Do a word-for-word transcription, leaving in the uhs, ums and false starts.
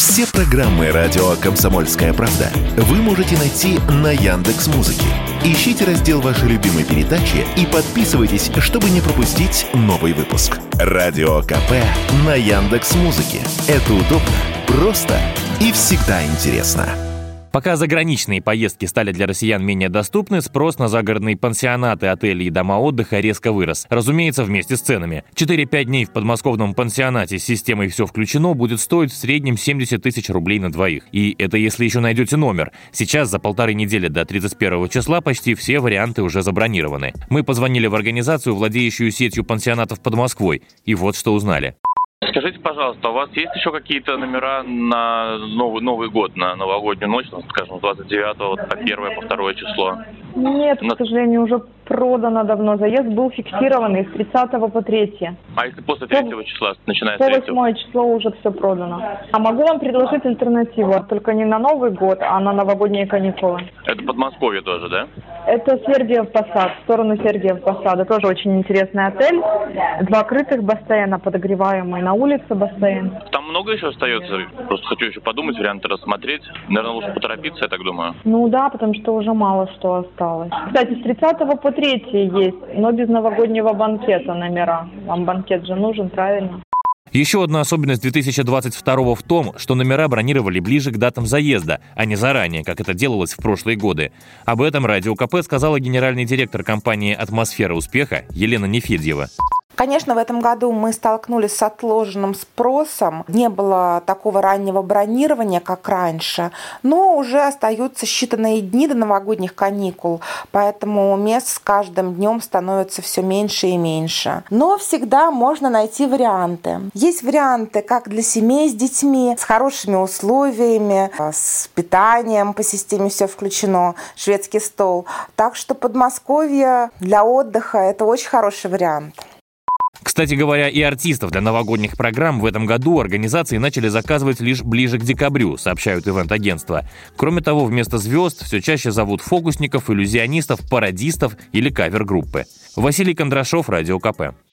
Все программы радио «Комсомольская правда» вы можете найти на Яндекс.Музыке. Ищите раздел вашей любимой передачи и подписывайтесь, чтобы не пропустить новый выпуск. Радио КП на Яндекс.Музыке. Это удобно, просто и всегда интересно. Пока заграничные поездки стали для россиян менее доступны, спрос на загородные пансионаты, отели и дома отдыха резко вырос. Разумеется, вместе с ценами. четыре-пять дней в подмосковном пансионате с системой «Все включено» будет стоить в среднем семьдесят тысяч рублей на двоих. И это если еще найдете номер. Сейчас за полторы недели до тридцать первого числа почти все варианты уже забронированы. Мы позвонили в организацию, владеющую сетью пансионатов под Москвой, и вот что узнали. Скажите, пожалуйста, у вас есть еще какие-то номера на Новый, Новый год, на новогоднюю ночь, ну, скажем, с двадцать девятого по первое, по второе число? Нет, на... к сожалению, уже продано давно. Заезд был фиксированный с тридцатого по третье. А если после третьего числа, начиная с по третьего? восьмое число уже все продано. А могу вам предложить альтернативу, только не на Новый год, а на новогодние каникулы. Это Подмосковье тоже, да? Это Сергиев Посад, в сторону Сергиев Посада. Тоже очень интересный отель. Два крытых бассейна, подогреваемый, на улице бассейн. Там много еще остается? Просто хочу еще подумать, варианты рассмотреть. Наверное, лучше поторопиться, я так думаю. Ну да, потому что уже мало что осталось. Кстати, с тридцатого по третье есть, но без новогоднего банкета номера. Вам банкет же нужен, правильно? Еще одна особенность две тысячи двадцать второго в том, что номера бронировали ближе к датам заезда, а не заранее, как это делалось в прошлые годы. Об этом Радио КП сказала генеральный директор компании «Атмосфера успеха» Елена Нефедьева. Конечно, в этом году мы столкнулись с отложенным спросом. Не было такого раннего бронирования, как раньше, но уже остаются считанные дни до новогодних каникул, поэтому мест с каждым днем становится все меньше и меньше. Но всегда можно найти варианты. Есть варианты как для семей с детьми, с хорошими условиями, с питанием по системе «Все включено», шведский стол. Так что Подмосковье для отдыха – это очень хороший вариант. Кстати говоря, и артистов для новогодних программ в этом году организации начали заказывать лишь ближе к декабрю, сообщают ивент-агентства. Кроме того, вместо звезд все чаще зовут фокусников, иллюзионистов, пародистов или кавер-группы. Василий Кондрашов, Радио КП.